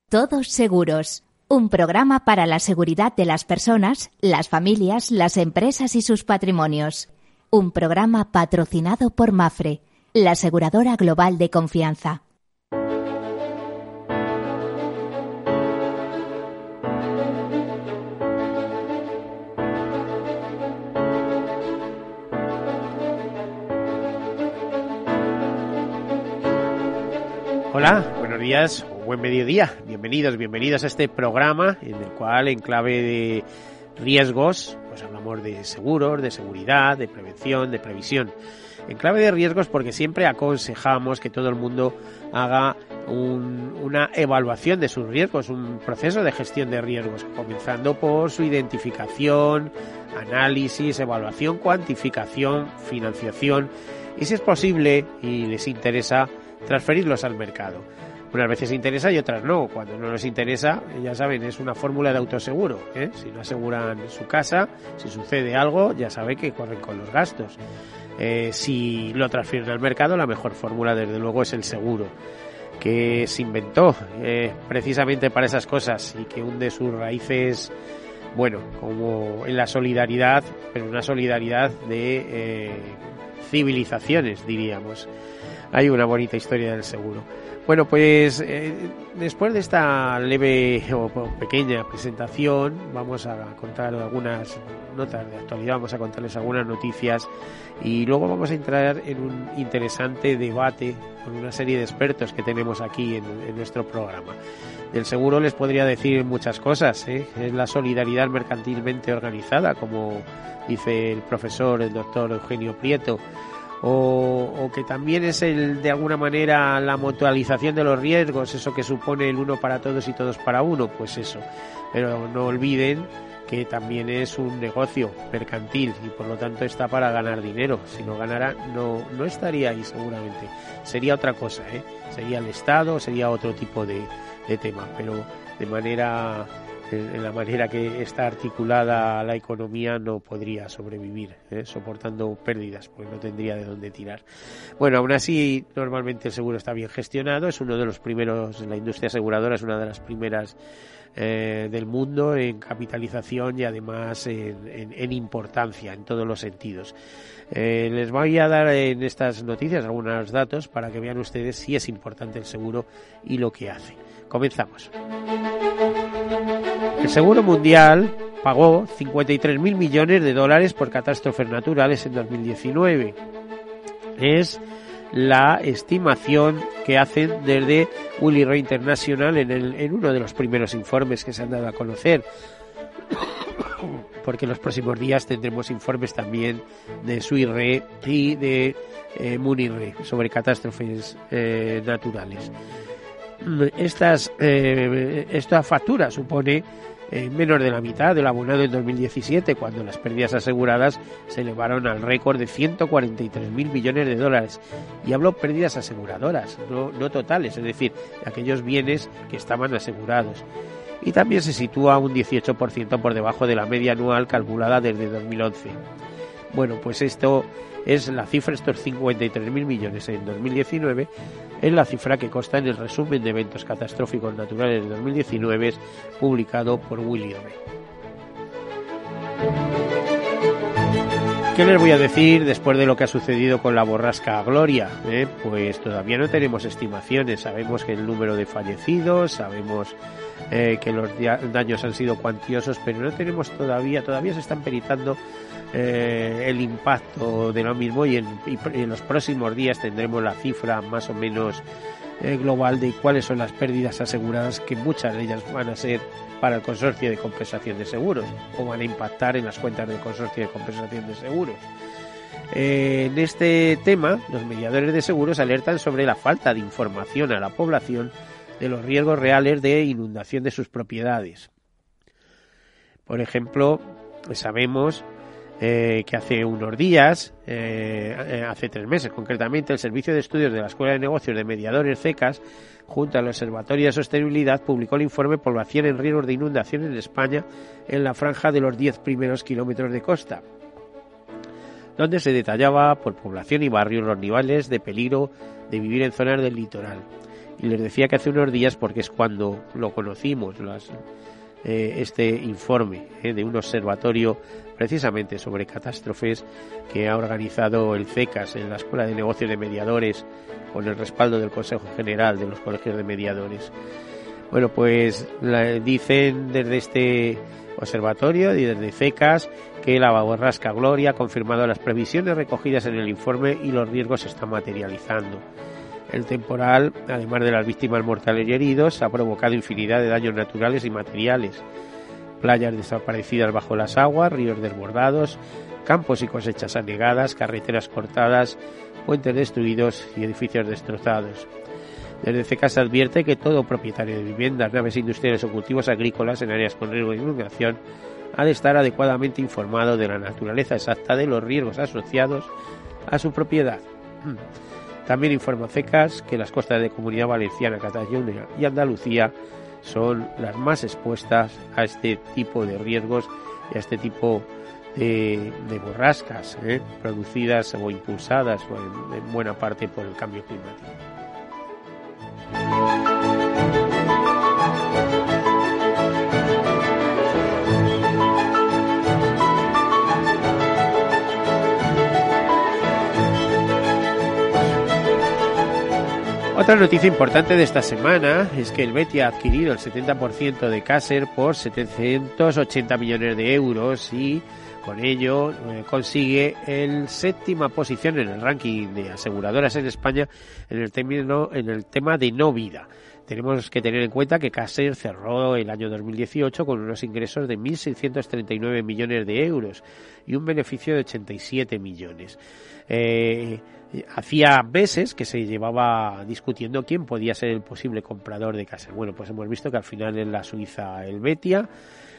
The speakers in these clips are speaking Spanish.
Todos Seguros, un programa para la seguridad de las personas, las familias, las empresas y sus patrimonios. Un programa patrocinado por Mapfre, la aseguradora global de confianza. Hola, buenos días o buen mediodía. Bienvenidos a este programa en el cual, en clave de riesgos, pues hablamos de seguros, de seguridad, de prevención, de previsión. En clave de riesgos porque siempre aconsejamos que todo el mundo haga una evaluación de sus riesgos, un proceso de gestión de riesgos, comenzando por su identificación, análisis, evaluación, cuantificación, financiación y, si es posible y les interesa, transferirlos al mercado. Unas veces interesa y otras no. Cuando no les interesa, ya saben, es una fórmula de autoseguro, ¿eh? Si no aseguran su casa, si sucede algo, ya saben que corren con los gastos. Si lo transfieren al mercado, la mejor fórmula, desde luego, es el seguro, que se inventó precisamente para esas cosas y que hunde sus raíces, bueno, como en la solidaridad, pero una solidaridad de civilizaciones, diríamos. Hay una bonita historia del seguro. Bueno, pues después de esta leve o pequeña presentación, vamos a contar algunas notas de actualidad, vamos a contarles algunas noticias y luego vamos a entrar en un interesante debate con una serie de expertos que tenemos aquí en nuestro programa. Del seguro les podría decir muchas cosas, ¿eh? Es la solidaridad mercantilmente organizada, como dice el profesor, el doctor Eugenio Prieto. O que también es de alguna manera la mutualización de los riesgos, eso que supone el uno para todos y todos para uno, pues eso. Pero no olviden que también es un negocio mercantil y por lo tanto está para ganar dinero. Si no ganara, no estaría ahí seguramente. Sería otra cosa, ¿eh? Sería el Estado, sería otro tipo de tema, pero en la manera que está articulada la economía no podría sobrevivir, soportando pérdidas, porque no tendría de dónde tirar. Bueno, aún así, normalmente el seguro está bien gestionado, es uno de los primeros, la industria aseguradora es una de las primeras del mundo en capitalización y además en importancia en todos los sentidos. Les voy a dar en estas noticias algunos datos para que vean ustedes si es importante el seguro y lo que hace. Comenzamos. El Seguro Mundial pagó 53.000 millones de dólares por catástrofes naturales en 2019. Es la estimación que hacen desde Willy Re International en uno de los primeros informes que se han dado a conocer, porque en los próximos días tendremos informes también de Swiss Re y de Munich Re sobre catástrofes naturales. Esta factura supone menos de la mitad del abonado en 2017, cuando las pérdidas aseguradas se elevaron al récord de 143.000 millones de dólares. Y hablo pérdidas aseguradoras, no totales, es decir, aquellos bienes que estaban asegurados. Y también se sitúa un 18% por debajo de la media anual calculada desde 2011. Bueno, pues esto es la cifra, estos 53.000 millones en 2019, es la cifra que consta en el resumen de eventos catastróficos naturales de 2019 publicado por Willy Re. ¿Qué les voy a decir después de lo que ha sucedido con la borrasca Gloria? Pues todavía no tenemos estimaciones, sabemos que el número de fallecidos, sabemos que los daños han sido cuantiosos, pero no tenemos todavía se están peritando el impacto de lo mismo y en los próximos días tendremos la cifra más o menos global de cuáles son las pérdidas aseguradas, que muchas de ellas van a ser para el consorcio de compensación de seguros o van a impactar en las cuentas del consorcio de compensación de seguros. En este tema, los mediadores de seguros alertan sobre la falta de información a la población de los riesgos reales de inundación de sus propiedades. Por ejemplo, sabemos que hace unos días, hace 3 meses concretamente, el Servicio de Estudios de la Escuela de Negocios de Mediadores CECAS, junto al Observatorio de Sostenibilidad, publicó el informe Población en riesgos de inundación en España en la franja de los 10 primeros kilómetros de costa, donde se detallaba por población y barrios los niveles de peligro de vivir en zonas del litoral. Y les decía que hace unos días, porque es cuando lo conocimos, este informe de un observatorio precisamente sobre catástrofes que ha organizado el CECAS en la Escuela de Negocios de Mediadores con el respaldo del Consejo General de los Colegios de Mediadores. Bueno, pues dicen desde este observatorio y desde CECAS que la borrasca Gloria ha confirmado las previsiones recogidas en el informe y los riesgos se están materializando. El temporal, además de las víctimas mortales y heridos, ha provocado infinidad de daños naturales y materiales. Playas desaparecidas bajo las aguas, ríos desbordados, campos y cosechas anegadas, carreteras cortadas, puentes destruidos y edificios destrozados. Desde CECAS se advierte que todo propietario de viviendas, naves industriales o cultivos agrícolas en áreas con riesgo de inundación ha de estar adecuadamente informado de la naturaleza exacta de los riesgos asociados a su propiedad. También informa CECAS que las costas de Comunidad Valenciana, Cataluña y Andalucía son las más expuestas a este tipo de riesgos y a este tipo de borrascas producidas o impulsadas en buena parte por el cambio climático. Otra noticia importante de esta semana es que el Betia ha adquirido el 70% de Caser por 780 millones de euros y con ello consigue el séptima posición en el ranking de aseguradoras en España en el tema de no vida. Tenemos que tener en cuenta que Caser cerró el año 2018 con unos ingresos de 1.639 millones de euros y un beneficio de 87 millones. Hacía meses que se llevaba discutiendo quién podía ser el posible comprador de Caser. Bueno, pues hemos visto que al final es la Suiza Helvetia,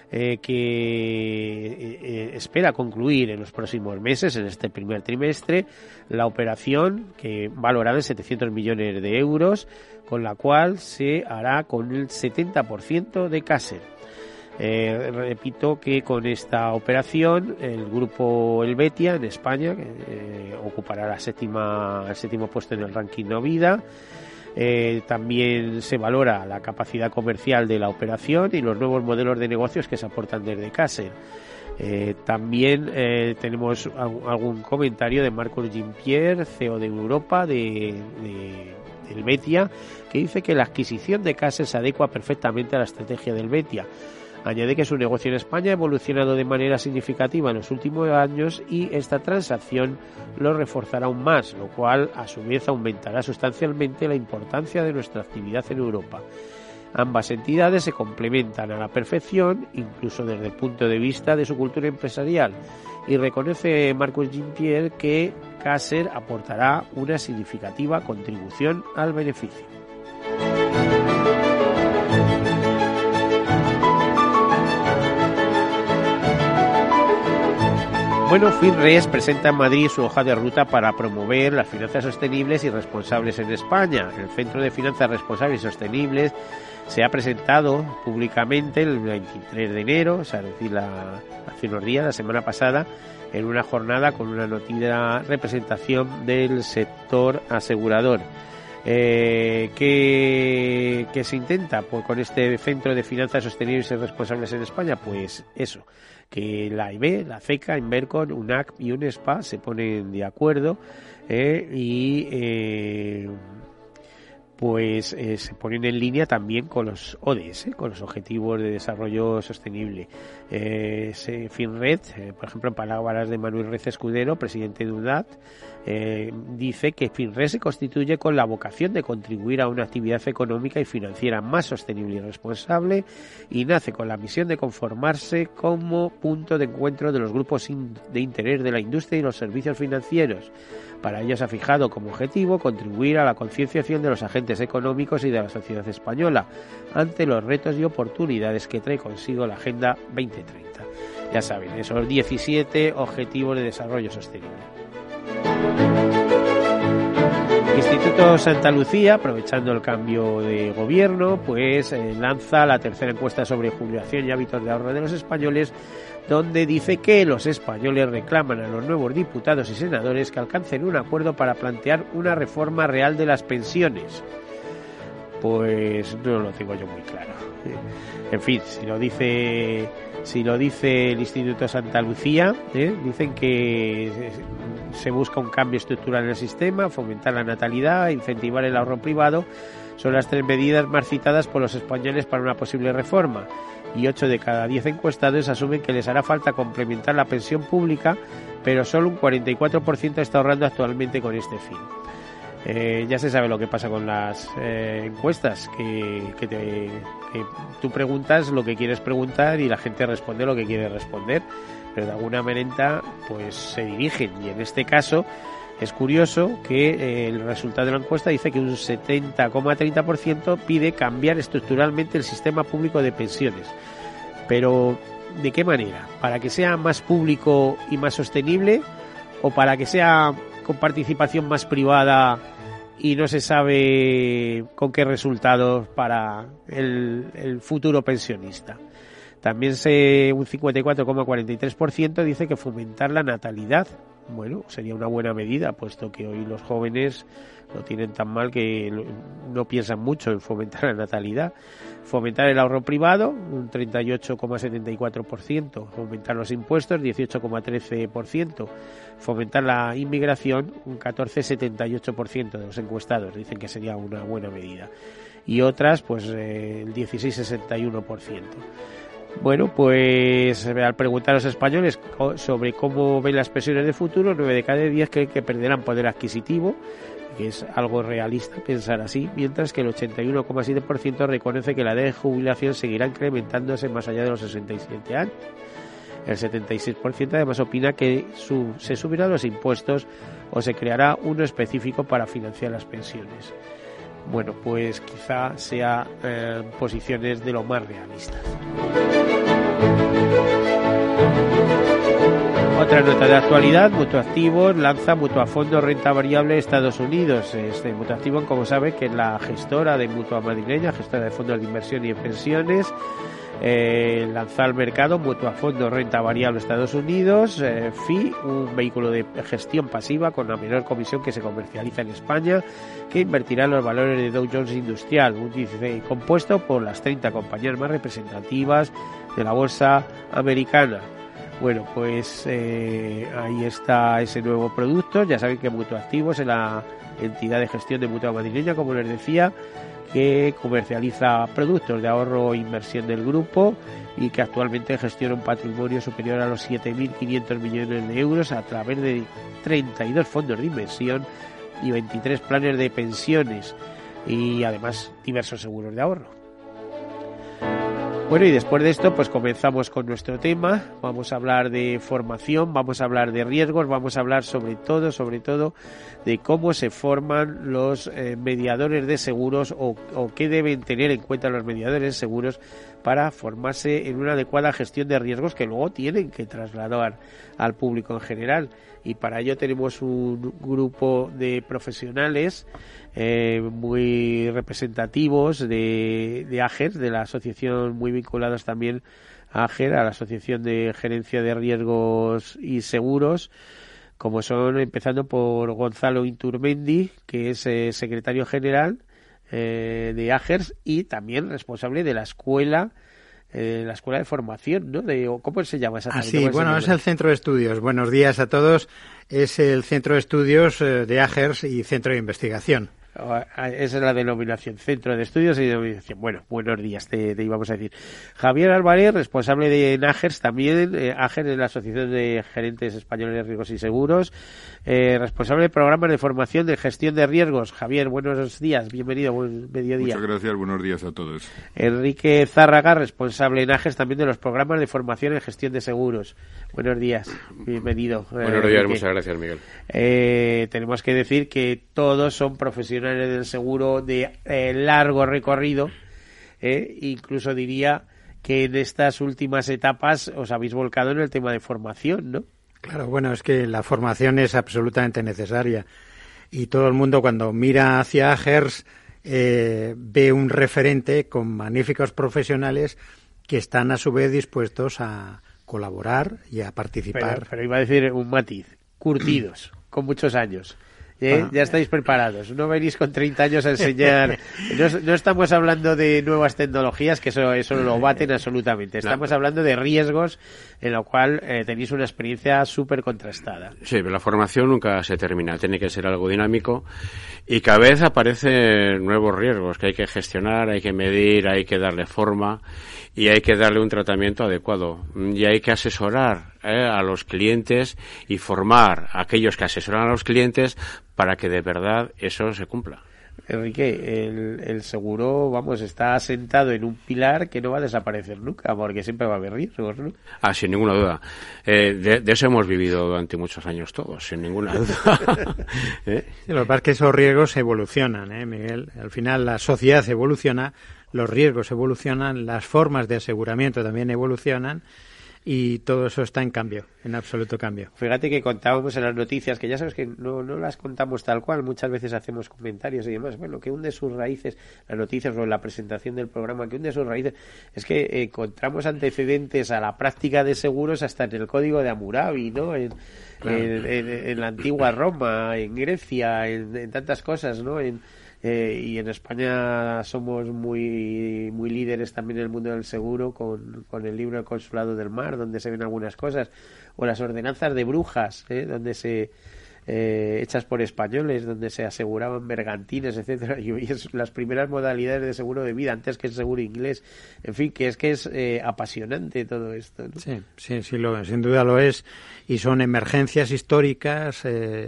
que espera concluir en los próximos meses, en este primer trimestre, la operación que valorada en 700 millones de euros, con la cual se hará con el 70% de Caser. Repito que con esta operación el grupo Helvetia en España ocupará el séptimo puesto en el ranking no vida. También se valora la capacidad comercial de la operación y los nuevos modelos de negocios que se aportan desde Caser. También tenemos algún comentario de Marcos Jean-Pierre, CEO de Europa de Helvetia, que dice que la adquisición de Caser se adecua perfectamente a la estrategia de Helvetia. Añade que su negocio en España ha evolucionado de manera significativa en los últimos años y esta transacción lo reforzará aún más, lo cual a su vez aumentará sustancialmente la importancia de nuestra actividad en Europa. Ambas entidades se complementan a la perfección, incluso desde el punto de vista de su cultura empresarial, y reconoce Marcos Jean-Pierre que Caser aportará una significativa contribución al beneficio. Bueno, Finres presenta en Madrid su hoja de ruta para promover las finanzas sostenibles y responsables en España. El Centro de Finanzas Responsables y Sostenibles se ha presentado públicamente el 23 de enero, o sea, hace unos días, la semana pasada, en una jornada con una notable representación del sector asegurador. ¿Qué se intenta con este Centro de Finanzas Sostenibles y Responsables en España? Pues eso, que la AIB, la CECA, Invercon, UNAC y UNESPA se ponen de acuerdo se ponen en línea también con los ODS, con los Objetivos de Desarrollo Sostenible. Finred, por ejemplo, en palabras de Manuel Rez Escudero, presidente de UNAD, dice que Finred se constituye con la vocación de contribuir a una actividad económica y financiera más sostenible y responsable y nace con la misión de conformarse como punto de encuentro de los grupos de interés de la industria y los servicios financieros. Para ello se ha fijado como objetivo contribuir a la concienciación de los agentes económicos y de la sociedad española ante los retos y oportunidades que trae consigo la Agenda 2030. Ya saben, esos 17 Objetivos de Desarrollo Sostenible. Instituto Santa Lucía, aprovechando el cambio de gobierno, pues lanza la tercera encuesta sobre jubilación y hábitos de ahorro de los españoles, donde dice que los españoles reclaman a los nuevos diputados y senadores que alcancen un acuerdo para plantear una reforma real de las pensiones. pues no lo tengo yo muy claro. En fin, si lo dice el Instituto Santa Lucía, dicen que se busca un cambio estructural en el sistema, fomentar la natalidad, incentivar el ahorro privado. Son las 3 medidas más citadas por los españoles para una posible reforma, y 8 de cada 10 encuestados asumen que les hará falta complementar la pensión pública, pero solo un 44% está ahorrando actualmente con este fin. Ya se sabe lo que pasa con las encuestas, que tú preguntas lo que quieres preguntar y la gente responde lo que quiere responder, pero de alguna manera pues se dirigen, y en este caso es curioso que el resultado de la encuesta dice que un 70,30% pide cambiar estructuralmente el sistema público de pensiones. Pero ¿de qué manera? ¿Para que sea más público y más sostenible, o para que sea con participación más privada y no se sabe con qué resultados para el futuro pensionista? También un 54,43% dice que fomentar la natalidad. Bueno, sería una buena medida, puesto que hoy los jóvenes lo tienen tan mal que no piensan mucho en fomentar la natalidad. Fomentar el ahorro privado, un 38,74%. Fomentar los impuestos, 18,13%. Fomentar la inmigración, un 14,78% de los encuestados dicen que sería una buena medida. Y otras, pues el 16,61%. Bueno, pues al preguntar a los españoles sobre cómo ven las pensiones de futuro, 9 de cada 10 creen que perderán poder adquisitivo, que es algo realista pensar así, mientras que el 81,7% reconoce que la edad de jubilación seguirá incrementándose más allá de los 67 años. El 76% además opina que se subirán los impuestos o se creará uno específico para financiar las pensiones. Bueno, pues quizá sea posiciones de lo más realistas. Otra nota de actualidad: Mutuactivos lanza Mutuafondo Renta Variable Estados Unidos. Mutuactivos, como sabe, que es la gestora de Mutua madrileña, gestora de fondos de inversión y de pensiones, lanza al mercado Mutuafondo Renta Variable Estados Unidos, FI, un vehículo de gestión pasiva con la menor comisión que se comercializa en España, que invertirá en los valores de Dow Jones Industrial, un índice compuesto por las 30 compañías más representativas de la bolsa americana. Bueno, pues ahí está ese nuevo producto. Ya saben que Mutuactivos es la entidad de gestión de Mutua madrileña, como les decía, que comercializa productos de ahorro e inversión del grupo y que actualmente gestiona un patrimonio superior a los 7.500 millones de euros a través de 32 fondos de inversión y 23 planes de pensiones, y además diversos seguros de ahorro. Bueno, y después de esto pues comenzamos con nuestro tema. Vamos a hablar de formación, vamos a hablar de riesgos, vamos a hablar sobre todo de cómo se forman los mediadores de seguros, o qué deben tener en cuenta los mediadores de seguros para formarse en una adecuada gestión de riesgos que luego tienen que trasladar al público en general. Y para ello tenemos un grupo de profesionales muy representativos de AGER, de la asociación, muy vinculados también a AGER, a la Asociación de Gerencia de Riesgos y Seguros, como son, empezando por Gonzalo Inturmendi, que es secretario general de AGER y también responsable de la escuela de formación, ¿no? ¿Cómo se llama exactamente? Sí, bueno, es el Centro de Estudios. Buenos días a todos. Es el Centro de Estudios de AGERS y Centro de Investigación. Esa es la denominación, Centro de Estudios y Denominación. Bueno, buenos días, te íbamos a decir. Javier Álvarez, responsable de AGERS también, AGERS es la Asociación de Gerentes Españoles de Riesgos y Seguros, responsable de programas de formación de gestión de riesgos. Javier, buenos días, bienvenido, buen mediodía. Muchas gracias, buenos días a todos. Enrique Zárraga, responsable en AGERS también de los programas de formación en gestión de seguros. Buenos días, bienvenido. Buenos días, muchas gracias, Miguel. Tenemos que decir que todos son profesionales del seguro de largo recorrido, incluso diría que en estas últimas etapas os habéis volcado en el tema de formación, ¿no? Claro, bueno, es que la formación es absolutamente necesaria y todo el mundo cuando mira hacia AGERS ve un referente con magníficos profesionales que están a su vez dispuestos a colaborar y a participar. Pero iba a decir un matiz, curtidos, con muchos años. Ya estáis preparados. No venís con 30 años a enseñar. No estamos hablando de nuevas tecnologías, que eso lo baten absolutamente. Estamos hablando de riesgos en lo cual tenéis una experiencia súper contrastada. Sí, pero la formación nunca se termina. Tiene que ser algo dinámico y cada vez aparecen nuevos riesgos que hay que gestionar, hay que medir, hay que darle forma y hay que darle un tratamiento adecuado. Y hay que asesorar a los clientes y formar a aquellos que asesoran a los clientes para que de verdad eso se cumpla. Enrique, el seguro, está asentado en un pilar que no va a desaparecer nunca, porque siempre va a haber riesgos, ¿no? Sin ninguna duda. De eso hemos vivido durante muchos años todos, sin ninguna duda. Sí, lo que pasa es que esos riesgos evolucionan, Miguel. Al final la sociedad evoluciona, los riesgos evolucionan, las formas de aseguramiento también evolucionan. Y todo eso está en cambio, en absoluto cambio. Fíjate que contábamos en las noticias, que ya sabes que no las contamos tal cual, muchas veces hacemos comentarios y demás, que hunde sus raíces, las noticias o en la presentación del programa, que hunde sus raíces, es que encontramos antecedentes a la práctica de seguros hasta en el Código de Hammurabi, ¿no? En la antigua Roma, en Grecia, en tantas cosas, ¿no? Y en España somos muy líderes también en el mundo del seguro con el libro El Consulado del Mar, donde se ven algunas cosas, o las ordenanzas de Brujas, donde hechas por españoles, donde se aseguraban bergantines, etcétera, y es las primeras modalidades de seguro de vida antes que el seguro inglés. En fin, que es apasionante todo esto, ¿no? Sí, sin duda lo es, y son emergencias históricas,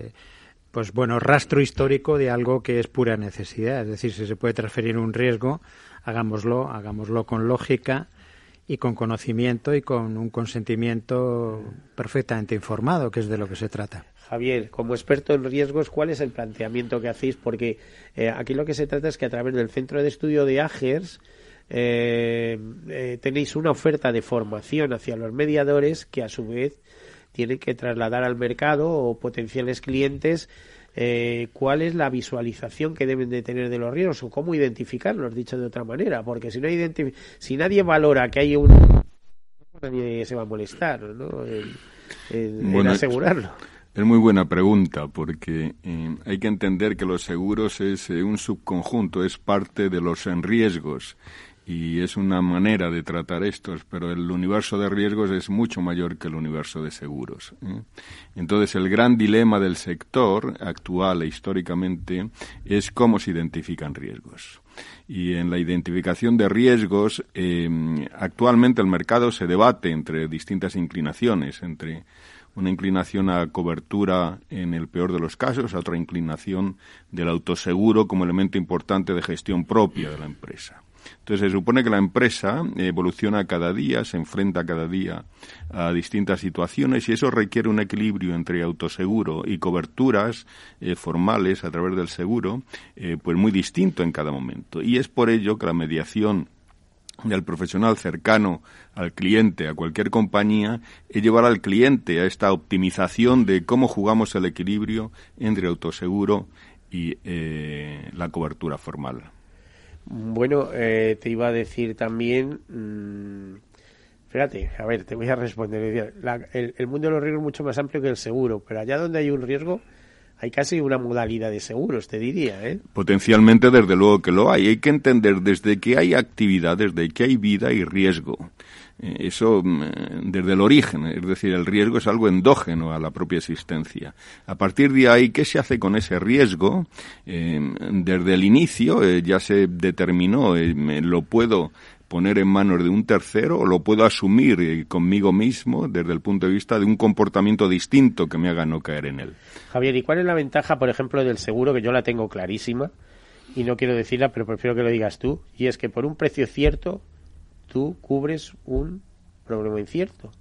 rastro histórico de algo que es pura necesidad. Es decir, si se puede transferir un riesgo, hagámoslo con lógica y con conocimiento y con un consentimiento perfectamente informado, que es de lo que se trata. Javier, como experto en riesgos, ¿cuál es el planteamiento que hacéis? Porque aquí lo que se trata es que a través del Centro de Estudio de AGERS tenéis una oferta de formación hacia los mediadores que a su vez tienen que trasladar al mercado o potenciales clientes cuál es la visualización que deben de tener de los riesgos o cómo identificarlos, dicho de otra manera, porque si nadie valora que hay nadie se va a molestar, ¿no? en asegurarlo. Es muy buena pregunta, porque hay que entender que los seguros es un subconjunto, es parte de los riesgos. Y es una manera de tratar estos, pero el universo de riesgos es mucho mayor que el universo de seguros. Entonces, el gran dilema del sector actual e históricamente es cómo se identifican riesgos. Y en la identificación de riesgos, actualmente el mercado se debate entre distintas inclinaciones, entre una inclinación a cobertura en el peor de los casos, a otra inclinación del autoseguro como elemento importante de gestión propia de la empresa. Entonces se supone que la empresa evoluciona cada día, se enfrenta cada día a distintas situaciones y eso requiere un equilibrio entre autoseguro y coberturas formales a través del seguro, pues muy distinto en cada momento. Y es por ello que la mediación del profesional cercano al cliente, a cualquier compañía, es llevar al cliente a esta optimización de cómo jugamos el equilibrio entre autoseguro y la cobertura formal. Bueno, te iba a decir también, fíjate, a ver, te voy a responder. El mundo de los riesgos es mucho más amplio que el seguro, pero allá donde hay un riesgo hay casi una modalidad de seguros, te diría, ¿eh? Potencialmente, desde luego que lo hay. Hay que entender desde que hay actividad, desde que hay vida y riesgo. Eso desde el origen, es decir, el riesgo es algo endógeno a la propia existencia. A partir de ahí, ¿qué se hace con ese riesgo? Desde el inicio ya se determinó, lo puedo poner en manos de un tercero o lo puedo asumir conmigo mismo desde el punto de vista de un comportamiento distinto que me haga no caer en él. Javier, ¿y cuál es la ventaja, por ejemplo, del seguro? Que yo la tengo clarísima y no quiero decirla, pero prefiero que lo digas tú. Y es que por un precio cierto tú cubres un problema incierto.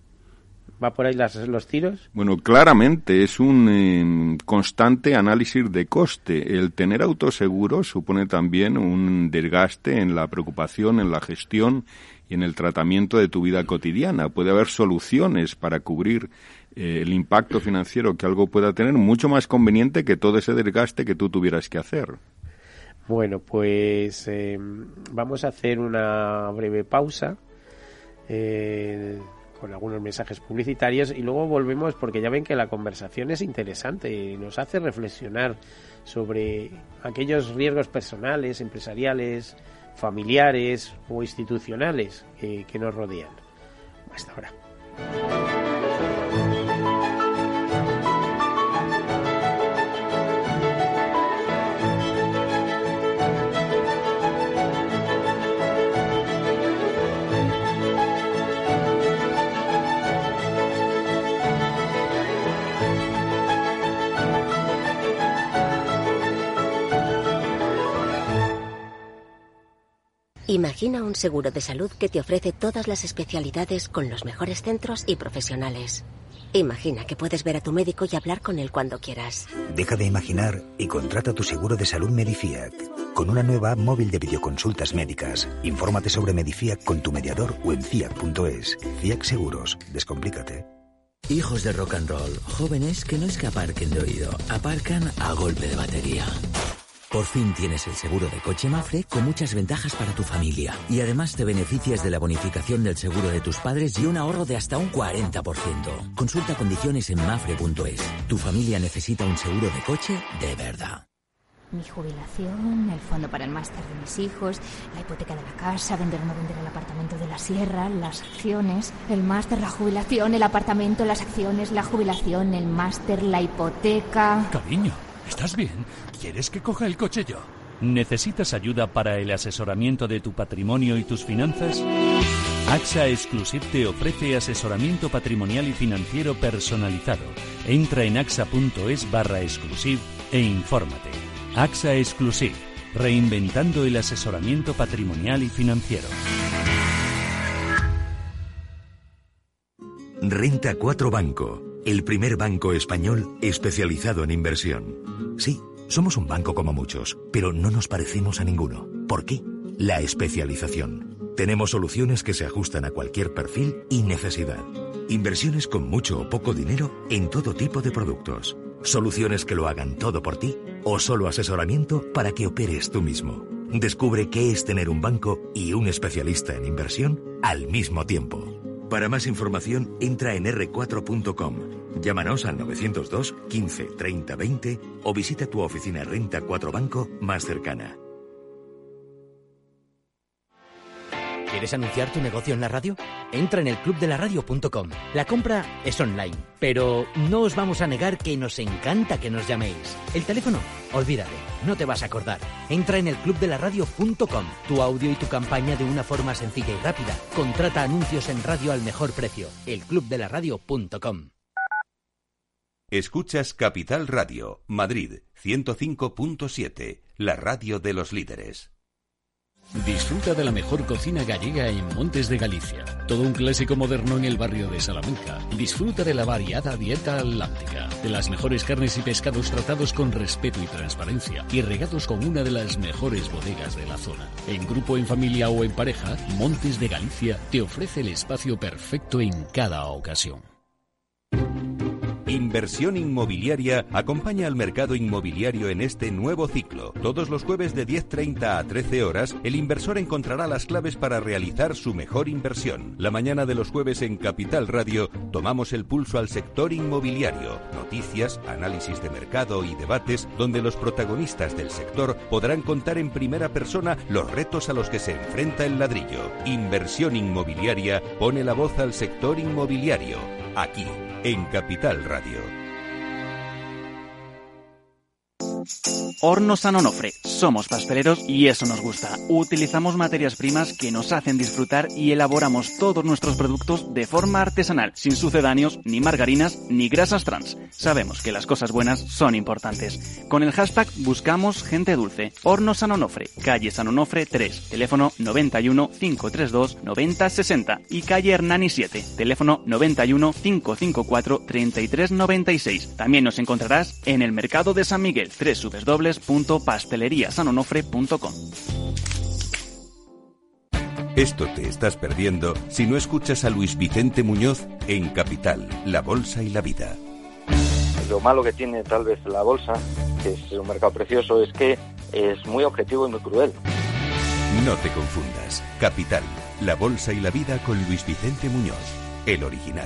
¿Va por ahí los tiros? Bueno, claramente es un constante análisis de coste. El tener autoseguro supone también un desgaste en la preocupación, en la gestión y en el tratamiento de tu vida cotidiana. Puede haber soluciones para cubrir el impacto financiero que algo pueda tener, mucho más conveniente que todo ese desgaste que tú tuvieras que hacer. Bueno, pues vamos a hacer una breve pausa. con algunos mensajes publicitarios y luego volvemos, porque ya ven que la conversación es interesante y nos hace reflexionar sobre aquellos riesgos personales, empresariales, familiares o institucionales que nos rodean. Hasta ahora. Imagina un seguro de salud que te ofrece todas las especialidades con los mejores centros y profesionales. Imagina que puedes ver a tu médico y hablar con él cuando quieras. Deja de imaginar y contrata tu seguro de salud Medifiac. Con una nueva app móvil de videoconsultas médicas. Infórmate sobre Medifiac con tu mediador o en fiac.es. Fiac Seguros. Descomplícate. Hijos de rock and roll, jóvenes que no es que aparquen de oído, aparcan a golpe de batería. Por fin tienes el seguro de coche Mapfre con muchas ventajas para tu familia. Y además te beneficias de la bonificación del seguro de tus padres y un ahorro de hasta un 40%. Consulta condiciones en mapfre.es. Tu familia necesita un seguro de coche de verdad. Mi jubilación, el fondo para el máster de mis hijos, la hipoteca de la casa, vender o no vender el apartamento de la sierra, las acciones, el máster, la jubilación, el apartamento, las acciones, la jubilación, el máster, la hipoteca... Cariño, ¿estás bien? ¿Quieres que coja el coche yo? ¿Necesitas ayuda para el asesoramiento de tu patrimonio y tus finanzas? AXA Exclusive te ofrece asesoramiento patrimonial y financiero personalizado. Entra en axa.es/exclusive e infórmate. AXA Exclusive, reinventando el asesoramiento patrimonial y financiero. Renta 4 Banco, el primer banco español especializado en inversión. Sí, somos un banco como muchos, pero no nos parecemos a ninguno. ¿Por qué? La especialización. Tenemos soluciones que se ajustan a cualquier perfil y necesidad. Inversiones con mucho o poco dinero en todo tipo de productos. Soluciones que lo hagan todo por ti o solo asesoramiento para que operes tú mismo. Descubre qué es tener un banco y un especialista en inversión al mismo tiempo. Para más información, entra en r4.com. Llámanos al 902 15 30 20 o visita tu oficina Renta 4 Banco más cercana. ¿Quieres anunciar tu negocio en la radio? Entra en elclubdelaradio.com. La compra es online, pero no os vamos a negar que nos encanta que nos llaméis. El teléfono, olvídate, no te vas a acordar. Entra en elclubdelaradio.com. Tu audio y tu campaña de una forma sencilla y rápida. Contrata anuncios en radio al mejor precio. elclubdelaradio.com. Escuchas Capital Radio, Madrid, 105.7, la radio de los líderes. Disfruta de la mejor cocina gallega en Montes de Galicia. Todo un clásico moderno en el barrio de Salamanca. Disfruta de la variada dieta atlántica, de las mejores carnes y pescados tratados con respeto y transparencia y regados con una de las mejores bodegas de la zona. En grupo, en familia o en pareja, Montes de Galicia te ofrece el espacio perfecto en cada ocasión. Inversión Inmobiliaria acompaña al mercado inmobiliario en este nuevo ciclo. Todos los jueves de 10:30 a 13 horas, el inversor encontrará las claves para realizar su mejor inversión. La mañana de los jueves en Capital Radio tomamos el pulso al sector inmobiliario. Noticias, análisis de mercado y debates donde los protagonistas del sector podrán contar en primera persona los retos a los que se enfrenta el ladrillo. Inversión Inmobiliaria pone la voz al sector inmobiliario. Aquí, en Capital Radio. Hornos San Onofre. Somos pasteleros y eso nos gusta. Utilizamos materias primas que nos hacen disfrutar y elaboramos todos nuestros productos de forma artesanal, sin sucedáneos, ni margarinas, ni grasas trans. Sabemos que las cosas buenas son importantes. Con el hashtag buscamos gente dulce. Hornos San Onofre, calle San Onofre 3, teléfono 91 532 9060 y calle Hernani 7, teléfono 91 554 3396. También nos encontrarás en el mercado de San Miguel, www.pasteleriasanonofre.com. Esto te estás perdiendo si no escuchas a Luis Vicente Muñoz en Capital, la bolsa y la vida. Lo malo que tiene tal vez la bolsa, que es un mercado precioso, es que es muy objetivo y muy cruel. No te confundas. Capital, la bolsa y la vida con Luis Vicente Muñoz, el original.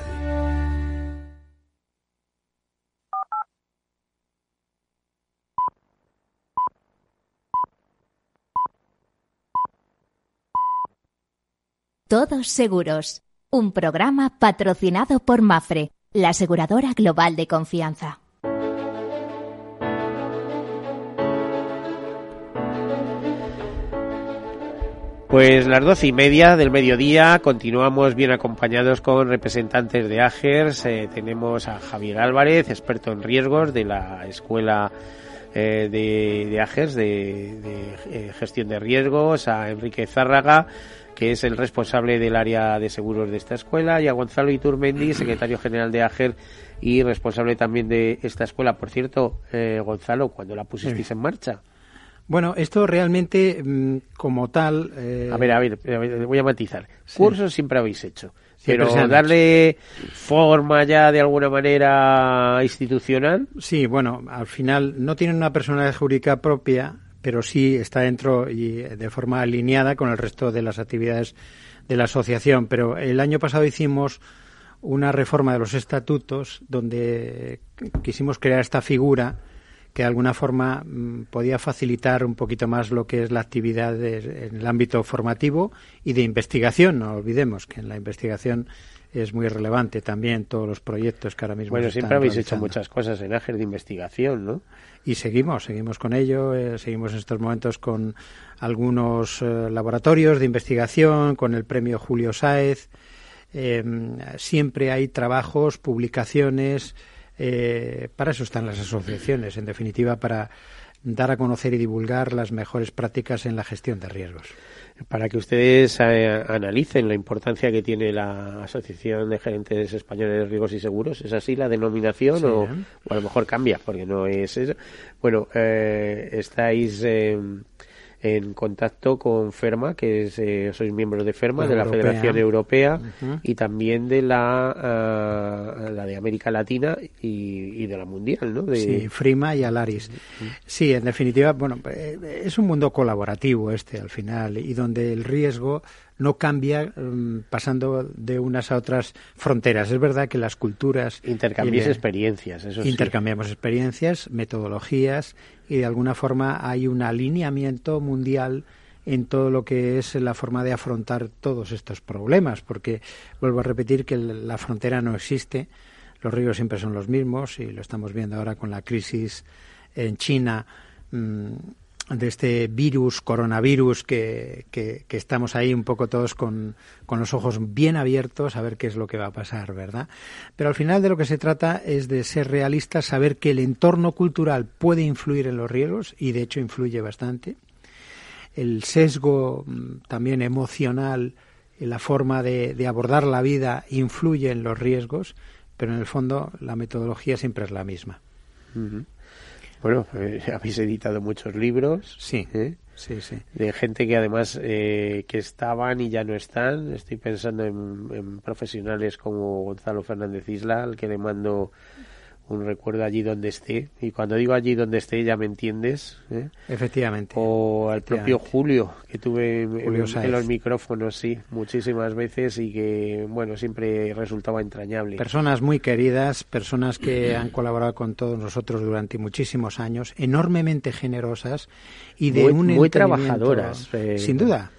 Todos Seguros, un programa patrocinado por Mapfre, la aseguradora global de confianza. Pues las 12:30 del mediodía, continuamos bien acompañados con representantes de AGERS. Tenemos a Javier Álvarez, experto en riesgos de la Escuela de AGERS, de gestión de riesgos, a Enrique Zárraga, que es el responsable del área de seguros de esta escuela, y a Gonzalo Iturmendi, secretario general de AGERS y responsable también de esta escuela. Por cierto, Gonzalo, ¿cuándo la pusisteis en marcha? Bueno, esto realmente, como tal... A ver, voy a matizar. Sí. Cursos siempre habéis hecho, pero darle forma ya de alguna manera institucional... Sí, bueno, al final no tienen una personalidad jurídica propia, pero sí está dentro y de forma alineada con el resto de las actividades de la asociación. Pero el año pasado hicimos una reforma de los estatutos donde quisimos crear esta figura que de alguna forma podía facilitar un poquito más lo que es la actividad en el ámbito formativo y de investigación. No olvidemos que en la investigación es muy relevante también todos los proyectos que ahora mismo Bueno, se siempre están habéis realizando. hecho muchas cosas en AGERS de investigación, ¿no? Y seguimos con ello, seguimos en estos momentos con algunos laboratorios de investigación, con el premio Julio Sáez. Siempre hay trabajos, publicaciones. Para eso están las asociaciones, en definitiva, para dar a conocer y divulgar las mejores prácticas en la gestión de riesgos. Para que ustedes analicen la importancia que tiene la Asociación de Gerentes Españoles de Riesgos y Seguros. ¿Es así la denominación? Sí. O a lo mejor cambia, porque no es eso. Bueno, estáis en contacto con FERMA, que es, sois miembros de FERMA, de la Federación Europea, y también de la de América Latina y de la mundial, ¿no? Sí, FRIMA y ALARIS. Sí, en definitiva, bueno, es un mundo colaborativo al final, y donde el riesgo no cambia pasando de unas a otras fronteras. Es verdad que las culturas... Intercambiamos experiencias, eso sí. Intercambiamos experiencias, metodologías, y de alguna forma hay un alineamiento mundial en todo lo que es la forma de afrontar todos estos problemas, porque vuelvo a repetir que la frontera no existe, los riesgos siempre son los mismos, y lo estamos viendo ahora con la crisis en China, de este coronavirus, que estamos ahí un poco todos con los ojos bien abiertos a ver qué es lo que va a pasar, ¿verdad? Pero al final de lo que se trata es de ser realistas, saber que el entorno cultural puede influir en los riesgos, y de hecho influye bastante. El sesgo también emocional, la forma de abordar la vida influye en los riesgos, pero en el fondo la metodología siempre es la misma. Bueno, habéis editado muchos libros. Sí, sí. De gente que además que estaban y ya no están. Estoy pensando en profesionales como Gonzalo Fernández Isla, al que le mando un recuerdo allí donde esté. Y cuando digo allí donde esté, ya me entiendes. Efectivamente. O al propio Julio, que tuve en los micrófonos, sí, muchísimas veces, y que, bueno, siempre resultaba entrañable. Personas muy queridas, personas que han colaborado con todos nosotros durante muchísimos años, enormemente generosas y de muy trabajadoras. Sin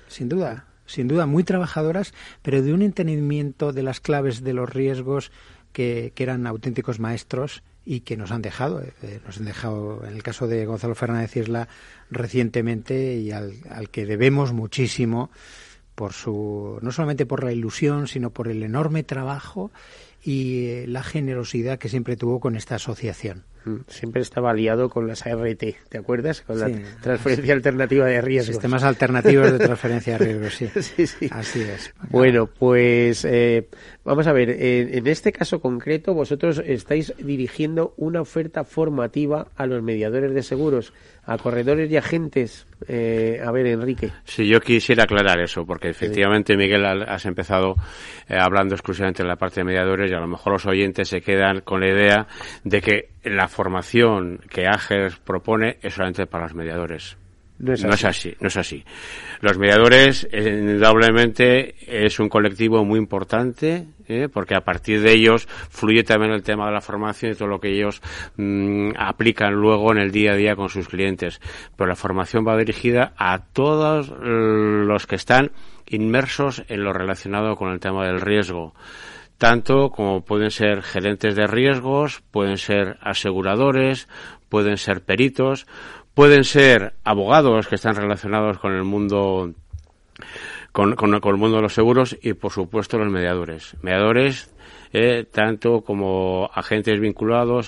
duda, muy trabajadoras, pero de un entendimiento de las claves de los riesgos que eran auténticos maestros y que nos han dejado en el caso de Gonzalo Fernández Isla recientemente, y al que debemos muchísimo por no solamente por la ilusión, sino por el enorme trabajo y la generosidad que siempre tuvo con esta asociación. Siempre estaba aliado con las ART, ¿te acuerdas? Con la transferencia alternativa de riesgos. Sistemas alternativos de transferencia de riesgos, sí. Sí. Así es. Bueno, pues vamos a ver, en este caso concreto vosotros estáis dirigiendo una oferta formativa a los mediadores de seguros, a corredores y agentes. A ver, Enrique. Sí, yo quisiera aclarar eso, porque efectivamente, Miguel, has empezado hablando exclusivamente de la parte de mediadores, y a lo mejor los oyentes se quedan con la idea de que la formación que AGERS propone es solamente para los mediadores. No es así. Los mediadores, indudablemente, es un colectivo muy importante porque a partir de ellos fluye también el tema de la formación y todo lo que ellos aplican luego en el día a día con sus clientes. Pero la formación va dirigida a todos los que están inmersos en lo relacionado con el tema del riesgo, tanto como pueden ser gerentes de riesgos, pueden ser aseguradores, pueden ser peritos, pueden ser abogados que están relacionados con el mundo con el mundo de los seguros y, por supuesto, los mediadores. Mediadores, tanto como agentes vinculados,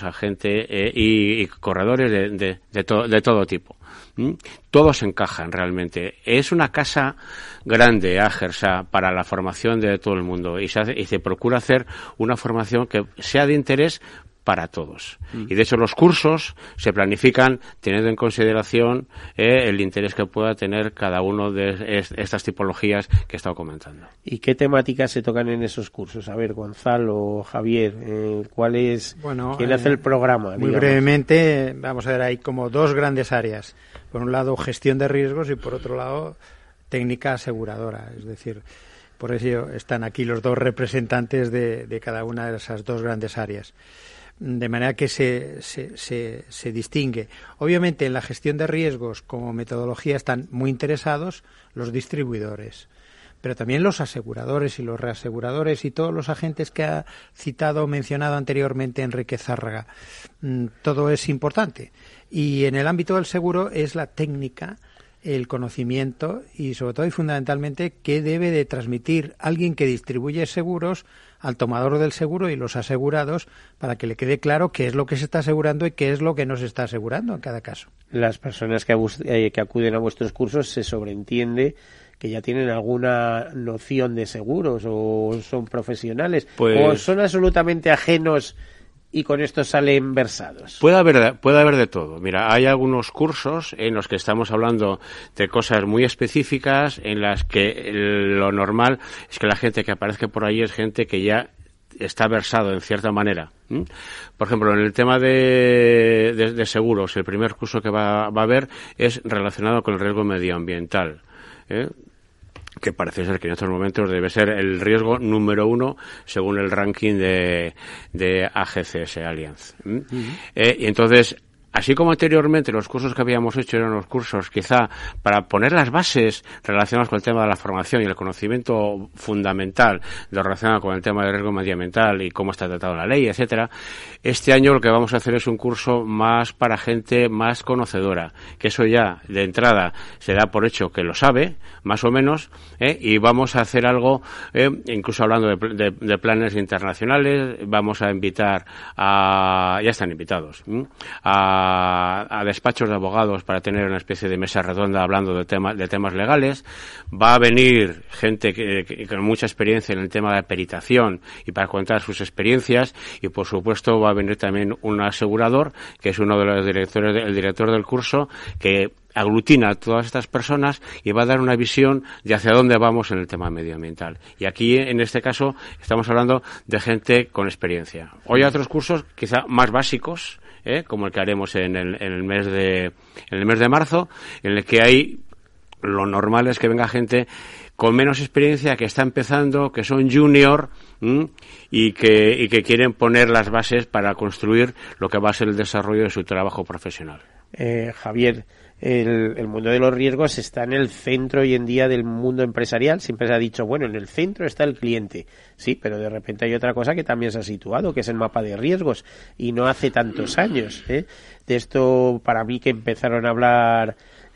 y corredores de todo tipo. Todos encajan realmente. Es una casa grande, Agersa, para la formación de todo el mundo y se procura hacer una formación que sea de interés para todos. Y de hecho los cursos se planifican teniendo en consideración el interés que pueda tener cada uno de estas tipologías que he estado comentando. ¿Y qué temáticas se tocan en esos cursos? A ver, Gonzalo, Javier, ¿quién hace el programa? Muy brevemente, vamos a ver, hay como dos grandes áreas. Por un lado, gestión de riesgos y por otro lado, técnica aseguradora. Es decir, por eso están aquí los dos representantes de cada una de esas dos grandes áreas. De manera que se distingue. Obviamente, en la gestión de riesgos como metodología están muy interesados los distribuidores, pero también los aseguradores y los reaseguradores y todos los agentes que ha citado o mencionado anteriormente Enrique Zárraga. Todo es importante. Y en el ámbito del seguro es la técnica, el conocimiento y, sobre todo y fundamentalmente, qué debe de transmitir alguien que distribuye seguros al tomador del seguro y los asegurados para que le quede claro qué es lo que se está asegurando y qué es lo que no se está asegurando en cada caso. Las personas que acuden a vuestros cursos se sobreentiende que ya tienen alguna noción de seguros o son profesionales o son absolutamente ajenos y con esto salen versados. Puede haber de todo. Mira, hay algunos cursos en los que estamos hablando de cosas muy específicas, en las que lo normal es que la gente que aparezca por ahí es gente que ya está versado en cierta manera. Por ejemplo, en el tema de seguros, el primer curso que va a haber es relacionado con el riesgo medioambiental, que parece ser que en estos momentos debe ser el riesgo número 1 según el ranking de AGCS Allianz. Y entonces, así como anteriormente los cursos que habíamos hecho eran los cursos quizá para poner las bases relacionadas con el tema de la formación y el conocimiento fundamental de lo relacionado con el tema del riesgo medioambiental y cómo está tratado la ley, etcétera, este año lo que vamos a hacer es un curso más para gente más conocedora, que eso ya de entrada se da por hecho que lo sabe, más o menos, y vamos a hacer algo, incluso hablando de planes internacionales, vamos a invitar ya están invitados, a despachos de abogados para tener una especie de mesa redonda hablando de temas legales. Va a venir gente que con mucha experiencia en el tema de peritación y para contar sus experiencias, y por supuesto va a venir también un asegurador que es uno de los el director del curso, que aglutina a todas estas personas y va a dar una visión de hacia dónde vamos en el tema medioambiental. Y aquí, en este caso, estamos hablando de gente con experiencia. Hoy hay otros cursos quizá más básicos, como el que haremos en el mes de marzo, en el que hay lo normal es que venga gente con menos experiencia, que está empezando, que son junior y que quieren poner las bases para construir lo que va a ser el desarrollo de su trabajo profesional. Javier, el mundo de los riesgos está en el centro hoy en día del mundo empresarial. Siempre se ha dicho, bueno, en el centro está el cliente. Sí, pero de repente hay otra cosa que también se ha situado, que es el mapa de riesgos, y no hace tantos años. De esto, para mí, que empezaron a hablar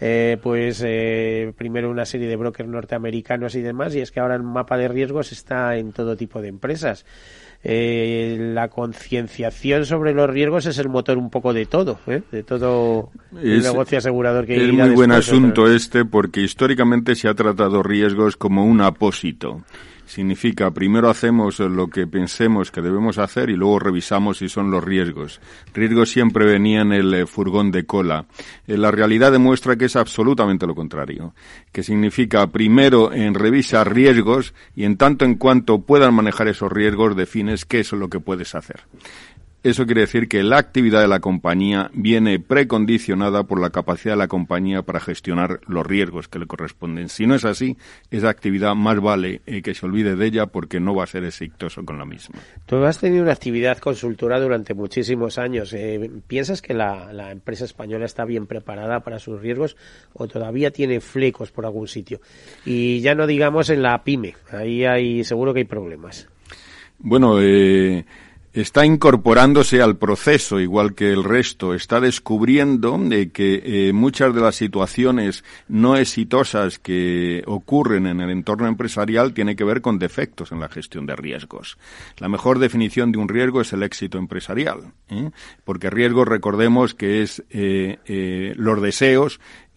primero una serie de brokers norteamericanos y demás, y es que ahora el mapa de riesgos está en todo tipo de empresas. La concienciación sobre los riesgos es el motor un poco de todo, de todo el negocio asegurador que es muy buen asunto porque históricamente se ha tratado riesgos como un apósito. Significa, primero hacemos lo que pensemos que debemos hacer y luego revisamos si son los riesgos. Riesgos siempre venían en el furgón de cola. La realidad demuestra que es absolutamente lo contrario. Que significa, primero revisa riesgos y en tanto en cuanto puedan manejar esos riesgos defines qué es lo que puedes hacer. eso quiere decir que la actividad de la compañía viene precondicionada por la capacidad de la compañía para gestionar los riesgos que le corresponden. Si no es así, esa actividad más vale que se olvide de ella porque no va a ser exitoso con la misma. Tú has tenido una actividad consultora durante muchísimos años. ¿Piensas que la empresa española está bien preparada para sus riesgos o todavía tiene flecos por algún sitio? Y ya no digamos en la pyme, ahí seguro que hay problemas. Bueno, está incorporándose al proceso, igual que el resto. Está descubriendo que muchas de las situaciones no exitosas que ocurren en el entorno empresarial tienen que ver con defectos en la gestión de riesgos. La mejor definición de un riesgo es el éxito empresarial, porque riesgo, recordemos que es los deseos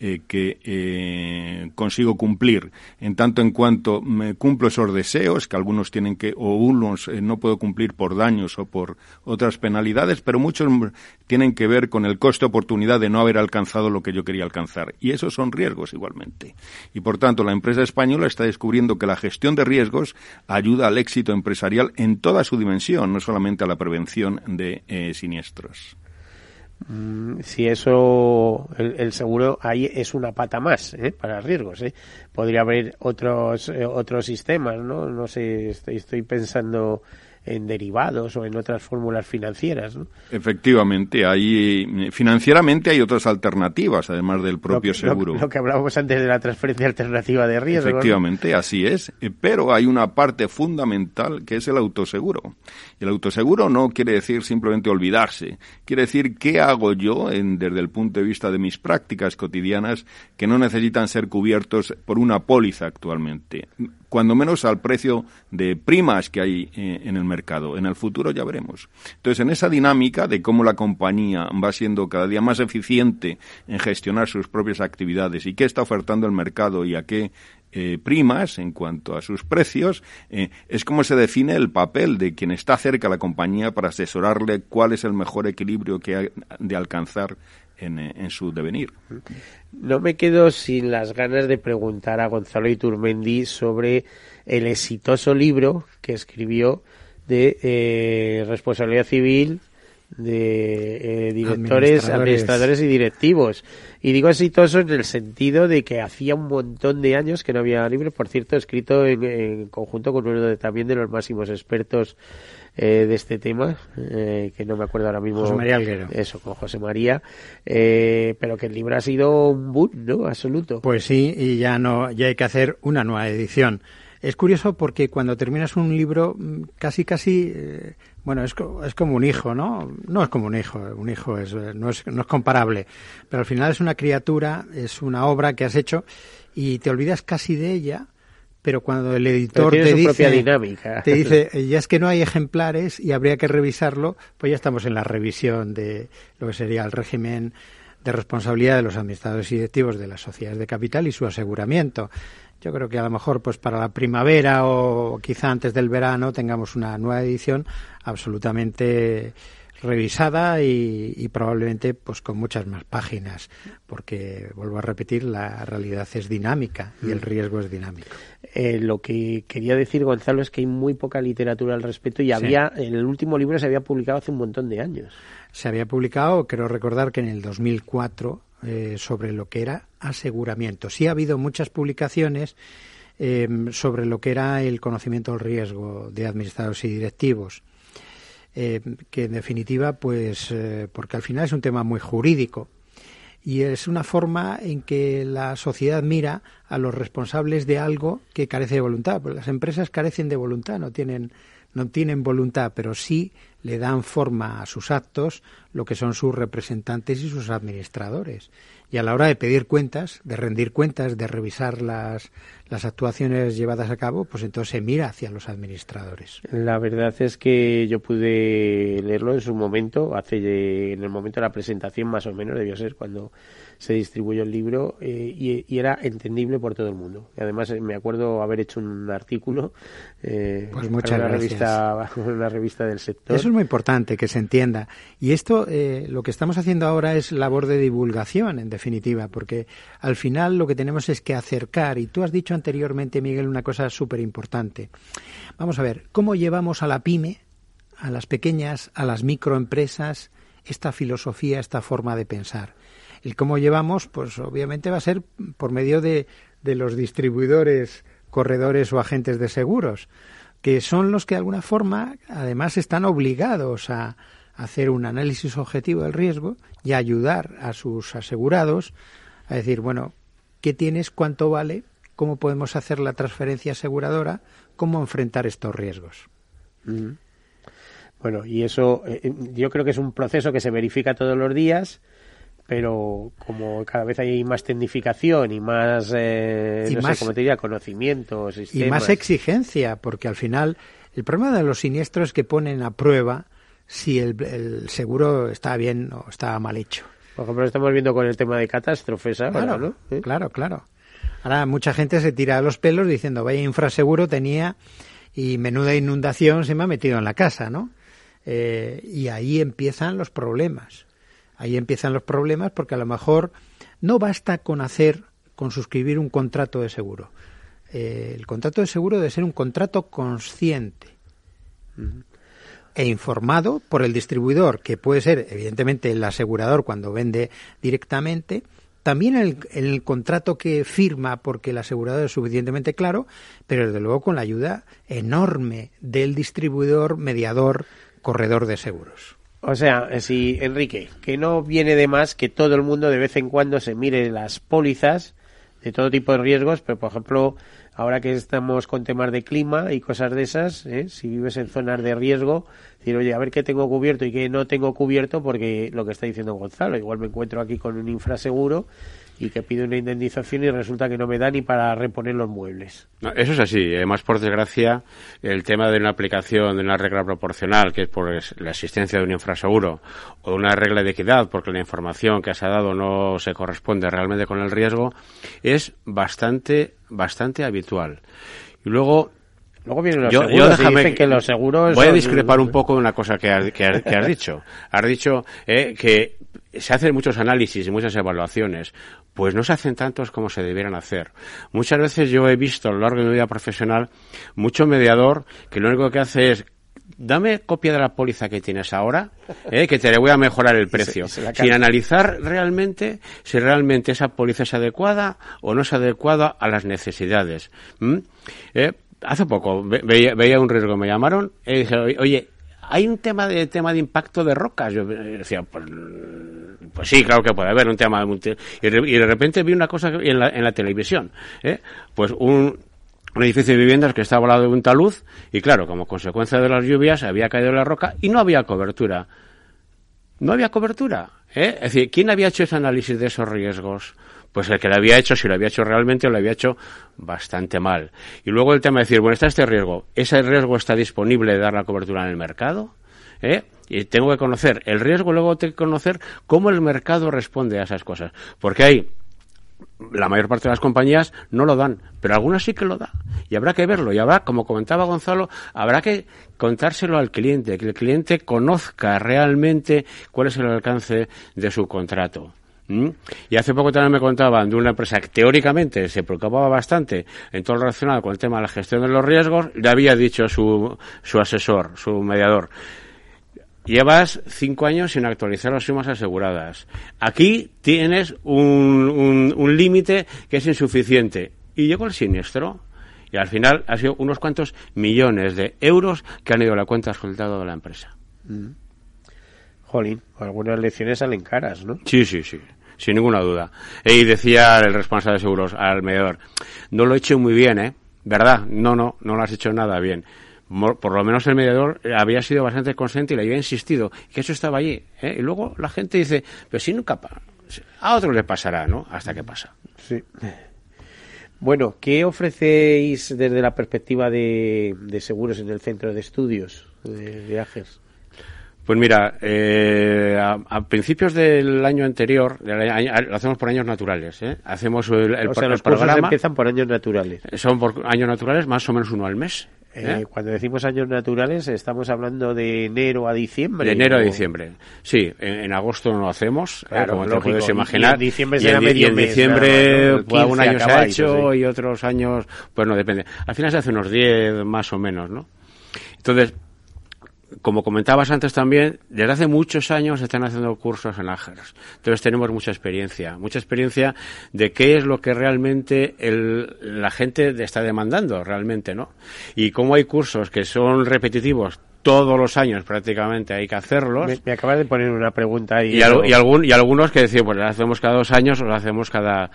que consigo cumplir. En tanto en cuanto me cumplo esos deseos, que algunos tienen que, o unos no puedo cumplir por daños o por otras penalidades, pero muchos tienen que ver con el coste-oportunidad de no haber alcanzado lo que yo quería alcanzar. Y esos son riesgos igualmente. Y por tanto, la empresa española está descubriendo que la gestión de riesgos ayuda al éxito empresarial en toda su dimensión, no solamente a la prevención de siniestros. Si eso, el seguro ahí es una pata más para riesgos. Podría haber otros sistemas, no sé, estoy pensando en derivados o en otras fórmulas financieras, ¿no? Efectivamente, financieramente hay otras alternativas, además del propio seguro. Lo que hablábamos antes de la transferencia alternativa de riesgo. Efectivamente, ¿no? Así es, pero hay una parte fundamental que es el autoseguro. El autoseguro no quiere decir simplemente olvidarse, quiere decir qué hago yo desde el punto de vista de mis prácticas cotidianas que no necesitan ser cubiertos por una póliza actualmente. Cuando menos al precio de primas que hay en el mercado. En el futuro ya veremos. Entonces, en esa dinámica de cómo la compañía va siendo cada día más eficiente en gestionar sus propias actividades y qué está ofertando el mercado y a qué primas en cuanto a sus precios, es como se define el papel de quien está cerca a la compañía para asesorarle cuál es el mejor equilibrio que ha de alcanzar en su devenir. No me quedo sin las ganas de preguntar a Gonzalo Iturmendi sobre el exitoso libro que escribió de responsabilidad civil de directores, administradores y directivos. Y digo exitoso en el sentido de que hacía un montón de años que no había libro, por cierto, escrito en conjunto con uno también de los máximos expertos de este tema, que no me acuerdo ahora mismo. José María Alguero. Eso, con José María, pero que el libro ha sido un boom, ¿no? Absoluto. Pues sí, y ya hay que hacer una nueva edición. Es curioso porque cuando terminas un libro, casi, bueno, es como un hijo, ¿no? No es como un hijo no es comparable, pero al final es una criatura, es una obra que has hecho y te olvidas casi de ella, pero cuando el editor te dice, ya es que no hay ejemplares y habría que revisarlo, pues ya estamos en la revisión de lo que sería el régimen de responsabilidad de los administradores y directivos de las sociedades de capital y su aseguramiento. Yo creo que a lo mejor pues para la primavera o quizá antes del verano tengamos una nueva edición absolutamente revisada y probablemente pues con muchas más páginas, porque vuelvo a repetir, la realidad es dinámica y el riesgo es dinámico. Lo que quería decir, Gonzalo, es que hay muy poca literatura al respecto y en el último libro se había publicado hace un montón de años. Se había publicado, creo recordar que en el 2004, sobre lo que era aseguramiento. Sí ha habido muchas publicaciones sobre lo que era el conocimiento del riesgo de administradores y directivos, que en definitiva, pues, porque al final es un tema muy jurídico y es una forma en que la sociedad mira a los responsables de algo que carece de voluntad. Pues las empresas carecen de voluntad, no tienen voluntad, pero sí le dan forma a sus actos lo que son sus representantes y sus administradores. Y a la hora de pedir cuentas, de rendir cuentas, de revisar las actuaciones llevadas a cabo, pues entonces se mira hacia los administradores. La verdad es que yo pude leerlo en su momento, en el momento de la presentación más o menos, debió ser cuando se distribuyó el libro, y era entendible por todo el mundo. Y además me acuerdo haber hecho un artículo pues muchas gracias. Una revista del sector. Eso es muy importante que se entienda. Y esto, lo que estamos haciendo ahora es labor de divulgación, en definitiva, porque al final lo que tenemos es que acercar, y tú has dicho anteriormente, Miguel, una cosa súper importante. Vamos a ver, ¿cómo llevamos a la pyme a las pequeñas, a las microempresas, esta filosofía, esta forma de pensar. El cómo llevamos, pues obviamente va a ser por medio de los distribuidores, corredores o agentes de seguros, que son los que de alguna forma además están obligados a hacer un análisis objetivo del riesgo y a ayudar a sus asegurados a decir, bueno, ¿qué tienes? ¿Cuánto vale? ¿Cómo podemos hacer la transferencia aseguradora? ¿Cómo enfrentar estos riesgos? Bueno, y eso yo creo que es un proceso que se verifica todos los días, pero como cada vez hay más tecnificación y más, ¿cómo te diría? Conocimiento, sistemas. Y más exigencia, porque al final el problema de los siniestros es que ponen a prueba si el seguro está bien o está mal hecho. Por ejemplo, lo estamos viendo con el tema de catástrofes ahora, claro, ¿no? Claro. Ahora mucha gente se tira de los pelos diciendo, vaya infraseguro tenía y menuda inundación se me ha metido en la casa, ¿no? Y ahí empiezan los problemas. Porque a lo mejor no basta con suscribir un contrato de seguro. El contrato de seguro debe ser un contrato consciente e informado por el distribuidor, que puede ser evidentemente el asegurador cuando vende directamente, también el contrato que firma porque el asegurador es suficientemente claro, pero desde luego con la ayuda enorme del distribuidor, mediador, corredor de seguros. O sea, si Enrique, que no viene de más que todo el mundo de vez en cuando se mire las pólizas de todo tipo de riesgos, pero por ejemplo, ahora que estamos con temas de clima y cosas de esas, si vives en zonas de riesgo, decir, oye, a ver qué tengo cubierto y qué no tengo cubierto, porque lo que está diciendo Gonzalo, igual me encuentro aquí con un infraseguro y que pide una indemnización y resulta que no me da ni para reponer los muebles. No, eso es así. Además, por desgracia, el tema de una aplicación de una regla proporcional, que es por la existencia de un infraseguro, o de una regla de equidad, porque la información que se ha dado no se corresponde realmente con el riesgo, es bastante habitual. Y luego vienen los seguros y dicen que los seguros... Voy a discrepar un poco de una cosa que has dicho. Has dicho que se hacen muchos análisis y muchas evaluaciones. Pues no se hacen tantos como se debieran hacer. Muchas veces yo he visto a lo largo de mi vida profesional mucho mediador que lo único que hace es dame copia de la póliza que tienes ahora, que te le voy a mejorar el precio, sin analizar realmente si realmente esa póliza es adecuada o no es adecuada a las necesidades. Hace poco veía un riesgo, me llamaron y dije, oye, hay un tema de impacto de rocas. Yo decía, pues sí, claro que puede haber un tema y de repente vi una cosa en la televisión, pues un edificio de viviendas que estaba al lado de un talud y claro, como consecuencia de las lluvias había caído la roca y no había cobertura. Es decir, ¿quién había hecho ese análisis de esos riesgos? Pues el que lo había hecho, si lo había hecho realmente, lo había hecho bastante mal. Y luego el tema de decir, bueno, está este riesgo. ¿Ese riesgo está disponible de dar la cobertura en el mercado? Y tengo que conocer el riesgo, luego tengo que conocer cómo el mercado responde a esas cosas. Porque la mayor parte de las compañías no lo dan, pero algunas sí que lo dan. Y habrá que verlo. Y habrá, como comentaba Gonzalo, habrá que contárselo al cliente, que el cliente conozca realmente cuál es el alcance de su contrato. Y hace poco también me contaban de una empresa que teóricamente se preocupaba bastante en todo lo relacionado con el tema de la gestión de los riesgos. Le había dicho su asesor, su mediador, llevas 5 años sin actualizar las sumas aseguradas. Aquí tienes un límite que es insuficiente. Y llegó el siniestro. Y al final ha sido unos cuantos millones de euros que han ido a la cuenta de resultado de la empresa. Jolín, algunas lecciones salen caras, ¿no? Sí, sin ninguna duda. Y decía el responsable de seguros al mediador, no lo he hecho muy bien, ¿verdad? No lo has hecho nada bien. Por lo menos el mediador había sido bastante consciente y le había insistido que eso estaba allí. Y luego la gente dice, pero si nunca a otro le pasará, ¿no? Hasta que pasa. Sí. Bueno, ¿qué ofrecéis desde la perspectiva de seguros en el centro de estudios de viajes? Pues mira, a principios del año anterior, lo hacemos por años naturales, hacemos el programa. Empiezan por años naturales. Son por años naturales, más o menos uno al mes. Cuando decimos años naturales, estamos hablando de enero a diciembre. De enero a diciembre, sí. En agosto no lo hacemos, claro, como lógico, te puedes imaginar. Y en diciembre será medio mes. Y en diciembre, pues, un año se ha hecho y otros años, pues no depende. Al final se hace unos 10 más o menos, ¿no? Entonces, como comentabas antes también, desde hace muchos años se están haciendo cursos en AGERS. Entonces tenemos mucha experiencia de qué es lo que realmente la gente está demandando realmente, ¿no? Y cómo hay cursos que son repetitivos todos los años prácticamente hay que hacerlos. Me acabas de poner una pregunta ahí. Y algunos que decían, pues lo hacemos cada 2 años o lo hacemos cada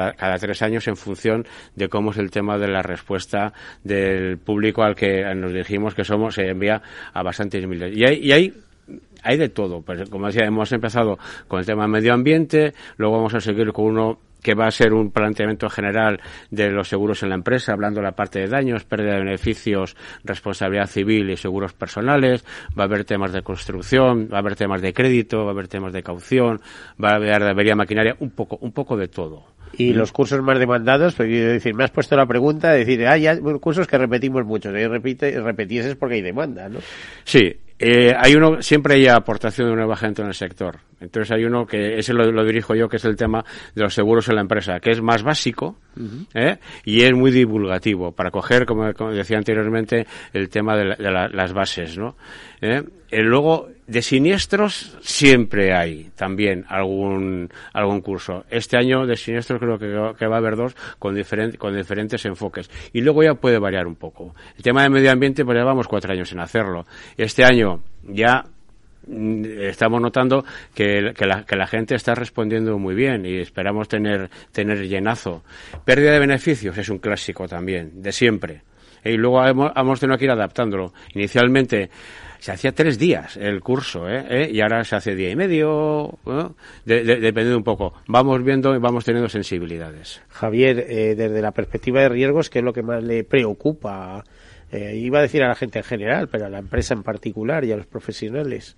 3 años en función de cómo es el tema de la respuesta del público al que nos dirigimos, que se envía a bastantes miles. Y hay de todo. Pues, como decía, hemos empezado con el tema medio ambiente, luego vamos a seguir con uno que va a ser un planteamiento general de los seguros en la empresa, hablando de la parte de daños, pérdida de beneficios, responsabilidad civil y seguros personales. Va a haber temas de construcción, va a haber temas de crédito, va a haber temas de caución, va a haber de avería maquinaria, un poco de todo. Y los cursos más demandados, pues quiero decir, me has puesto la pregunta de decir, ya cursos que repetimos mucho, y repetieses porque hay demanda, ¿no? Sí. Siempre hay aportación de nueva gente en el sector. Entonces hay uno que ese lo dirijo yo, que es el tema de los seguros en la empresa, que es más básico, y es muy divulgativo para coger, como decía anteriormente, el tema de las bases, ¿no? Luego, de siniestros siempre hay también algún curso. Este año de siniestros creo que va a haber 2 con diferentes enfoques. Y luego ya puede variar un poco. El tema de medio ambiente, pues llevamos 4 años en hacerlo. Este año ya estamos notando que la gente está respondiendo muy bien y esperamos tener llenazo. Pérdida de beneficios es un clásico también, de siempre. Y luego hemos tenido que ir adaptándolo. Inicialmente se hacía 3 días el curso, y ahora se hace 1 día y medio, dependiendo un poco. Vamos viendo y vamos teniendo sensibilidades. Javier, desde la perspectiva de riesgos, ¿qué es lo que más le preocupa? Iba a decir a la gente en general, pero a la empresa en particular y a los profesionales.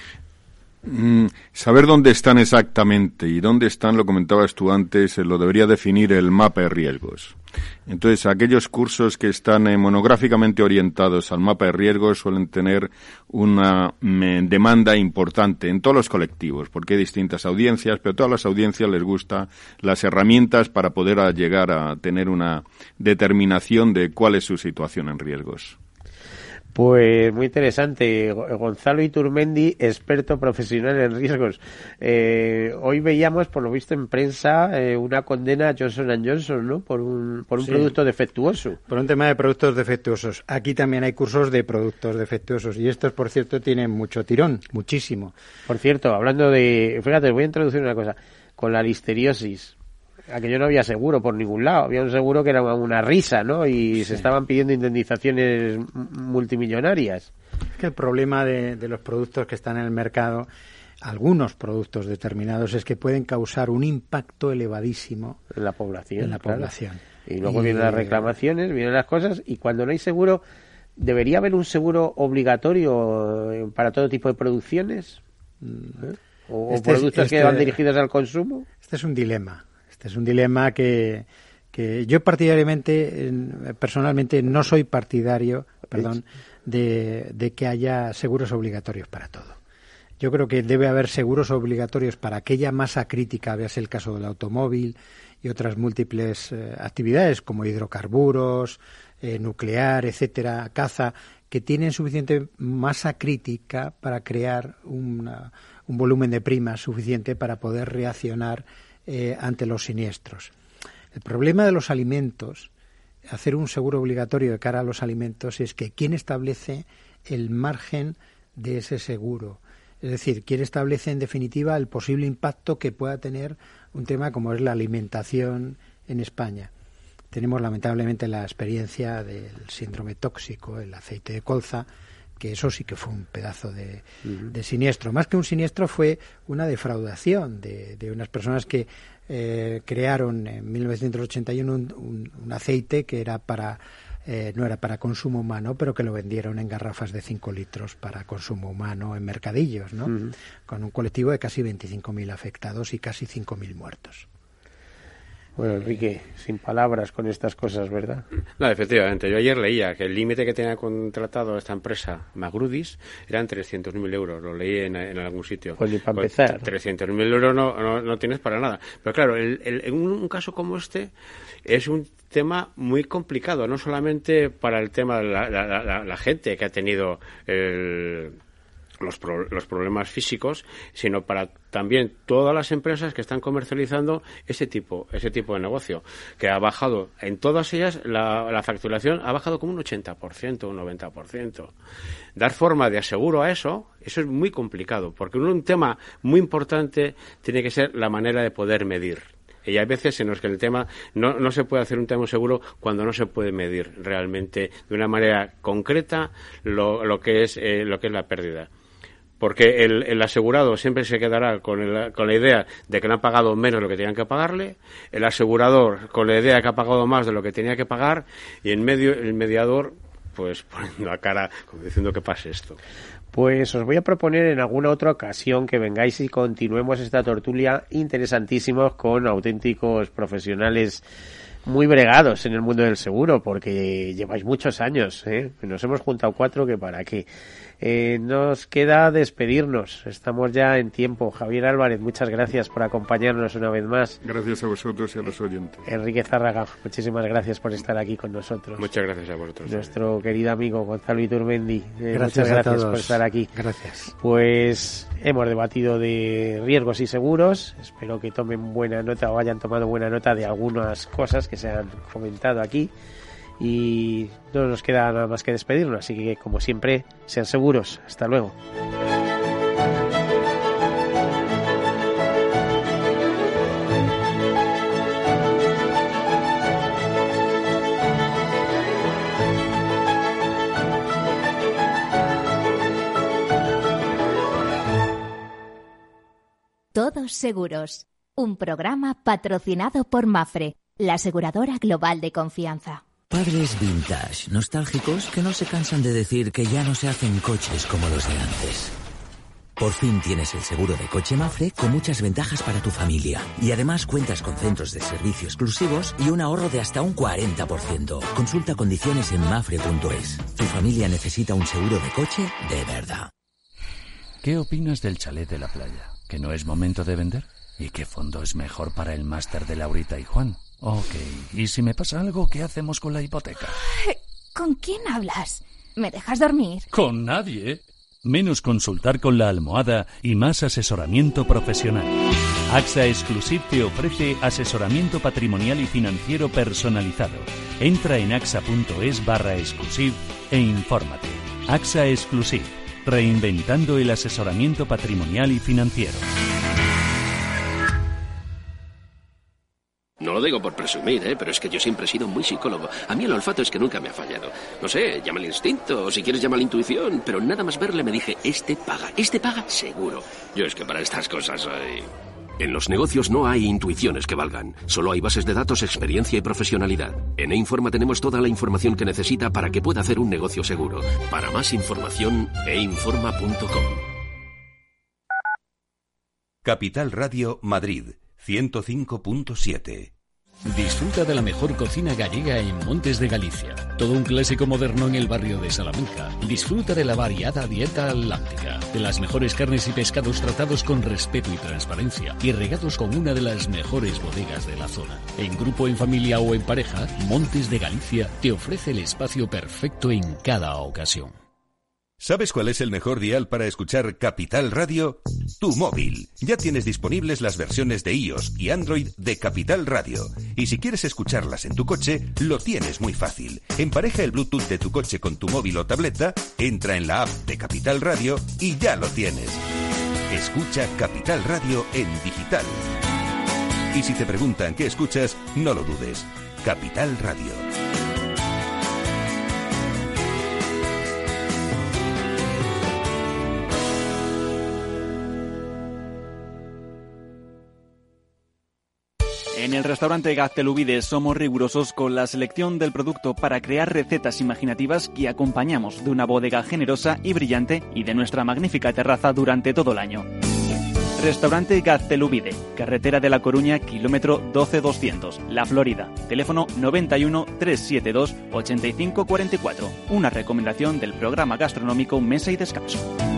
Saber dónde están exactamente y dónde están, lo comentabas tú antes, lo debería definir el mapa de riesgos. Entonces, aquellos cursos que están monográficamente orientados al mapa de riesgos suelen tener una demanda importante en todos los colectivos, porque hay distintas audiencias, pero a todas las audiencias les gustan las herramientas para poder llegar a tener una determinación de cuál es su situación en riesgos. Pues muy interesante. Gonzalo Iturmendi, experto profesional en riesgos. Hoy veíamos, por lo visto en prensa, una condena a Johnson & Johnson, ¿no? Por un producto defectuoso. Por un tema de productos defectuosos. Aquí también hay cursos de productos defectuosos y estos, por cierto, tienen mucho tirón, muchísimo. Por cierto, hablando de... Fíjate, voy a introducir una cosa. Con la listeriosis, aquello no había seguro por ningún lado, había un seguro que era una risa, ¿no? Y se estaban pidiendo indemnizaciones multimillonarias. Es que el problema de los productos que están en el mercado, algunos productos determinados, es que pueden causar un impacto elevadísimo en la población. Claro. Y luego vienen las reclamaciones, vienen las cosas, y cuando no hay seguro, ¿debería haber un seguro obligatorio para todo tipo de producciones? ¿O productos que van dirigidos al consumo? Este es un dilema. Es un dilema que yo personalmente no soy partidario, de que haya seguros obligatorios para todo. Yo creo que debe haber seguros obligatorios para aquella masa crítica, veas el caso del automóvil y otras múltiples actividades como hidrocarburos, nuclear, etcétera, caza, que tienen suficiente masa crítica para crear un volumen de primas suficiente para poder reaccionar ante los siniestros. El problema de los alimentos, hacer un seguro obligatorio de cara a los alimentos, es que ¿quién establece el margen de ese seguro? Es decir, ¿quién establece en definitiva el posible impacto que pueda tener un tema como es la alimentación en España? Tenemos lamentablemente la experiencia del síndrome tóxico, el aceite de colza, que eso sí que fue un pedazo de siniestro. Más que un siniestro, fue una defraudación de unas personas que crearon en 1981 un aceite que era no era para consumo humano, pero que lo vendieron en garrafas de 5 litros para consumo humano en mercadillos, ¿no? Con un colectivo de casi 25.000 afectados y casi 5.000 muertos. Bueno, Enrique, sin palabras con estas cosas, ¿verdad? No, efectivamente. Yo ayer leía que el límite que tenía contratado esta empresa, Magrudis, eran 300.000 euros. Lo leí en algún sitio. Pues ni para empezar. 300.000 euros no tienes para nada. Pero claro, en un caso como este es un tema muy complicado, no solamente para el tema de la gente que ha tenido los problemas físicos, sino para también todas las empresas que están comercializando ese tipo de negocio, que ha bajado en todas ellas, la facturación ha bajado como un 80%, un 90%. Dar forma de aseguro a eso es muy complicado, porque un tema muy importante tiene que ser la manera de poder medir. Y hay veces en los que el tema no se puede hacer un tema seguro cuando no se puede medir realmente de una manera concreta lo que es la pérdida. Porque el asegurado siempre se quedará con la idea de que le han pagado menos de lo que tenían que pagarle, el asegurador con la idea de que ha pagado más de lo que tenía que pagar, y en medio el mediador pues poniendo la cara como diciendo que pase esto. Pues os voy a proponer en alguna otra ocasión que vengáis y continuemos esta tertulia interesantísimos con auténticos profesionales muy bregados en el mundo del seguro, porque lleváis muchos años, Nos hemos juntado 4 que para qué. Nos queda despedirnos, estamos ya en tiempo. Javier Álvarez, muchas gracias por acompañarnos una vez más. Gracias a vosotros y a los oyentes. Enrique Zárraga, muchísimas gracias por estar aquí con nosotros. Muchas gracias a vosotros. Nuestro querido amigo Gonzalo Iturmendi, muchas gracias por estar aquí. Gracias. Pues hemos debatido de riesgos y seguros, espero que tomen buena nota o hayan tomado buena nota de algunas cosas que se han comentado aquí. Y no nos queda nada más que despedirnos, así que como siempre, sean seguros. Hasta luego. Todos seguros. Un programa patrocinado por Mapfre, la aseguradora global de confianza. Padres vintage, nostálgicos, que no se cansan de decir que ya no se hacen coches como los de antes. Por fin tienes el seguro de coche Mapfre con muchas ventajas para tu familia. Y además cuentas con centros de servicio exclusivos y un ahorro de hasta un 40%. Consulta condiciones en mapfre.es. Tu familia necesita un seguro de coche de verdad. ¿Qué opinas del chalet de la playa? ¿Que no es momento de vender? ¿Y qué fondo es mejor para el máster de Laurita y Juan? Ok, ¿y si me pasa algo, qué hacemos con la hipoteca? ¿Con quién hablas? ¿Me dejas dormir? Con nadie. Menos consultar con la almohada y más asesoramiento profesional. AXA Exclusive te ofrece asesoramiento patrimonial y financiero personalizado. Entra en axa.es/exclusive e infórmate. AXA Exclusive, reinventando el asesoramiento patrimonial y financiero. No lo digo por presumir, pero es que yo siempre he sido muy psicólogo. A mí el olfato es que nunca me ha fallado. No sé, llama el instinto, o si quieres llama la intuición, pero nada más verle me dije, este paga seguro. Yo es que para estas cosas soy... En los negocios no hay intuiciones que valgan. Solo hay bases de datos, experiencia y profesionalidad. En eInforma tenemos toda la información que necesita para que pueda hacer un negocio seguro. Para más información, einforma.com. Capital Radio Madrid 105.7. Disfruta de la mejor cocina gallega en Montes de Galicia. Todo un clásico moderno en el barrio de Salamanca. Disfruta de la variada dieta atlántica, de las mejores carnes y pescados tratados con respeto y transparencia y regados con una de las mejores bodegas de la zona. En grupo, en familia o en pareja, Montes de Galicia te ofrece el espacio perfecto en cada ocasión. ¿Sabes cuál es el mejor dial para escuchar Capital Radio? Tu móvil. Ya tienes disponibles las versiones de iOS y Android de Capital Radio. Y si quieres escucharlas en tu coche, lo tienes muy fácil. Empareja el Bluetooth de tu coche con tu móvil o tableta, entra en la app de Capital Radio y ya lo tienes. Escucha Capital Radio en digital. Y si te preguntan qué escuchas, no lo dudes. Capital Radio. En el restaurante Gaztelubides somos rigurosos con la selección del producto para crear recetas imaginativas que acompañamos de una bodega generosa y brillante y de nuestra magnífica terraza durante todo el año. Restaurante Gaztelubide, carretera de La Coruña, kilómetro 12200, La Florida. Teléfono 91 372 8544. Una recomendación del programa gastronómico Mesa y Descanso.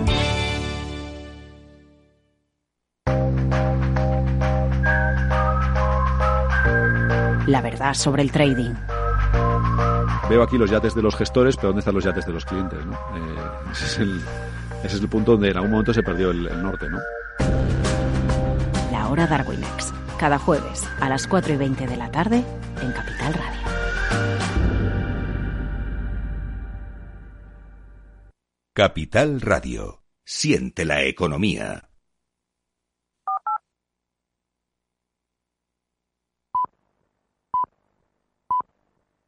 La verdad sobre el trading. Veo aquí los yates de los gestores, pero ¿dónde están los yates de los clientes, no? Ese es el punto donde en algún momento se perdió el norte, ¿no? La hora Darwinex. Cada jueves a las 4:20 de la tarde en Capital Radio. Capital Radio. Siente la economía.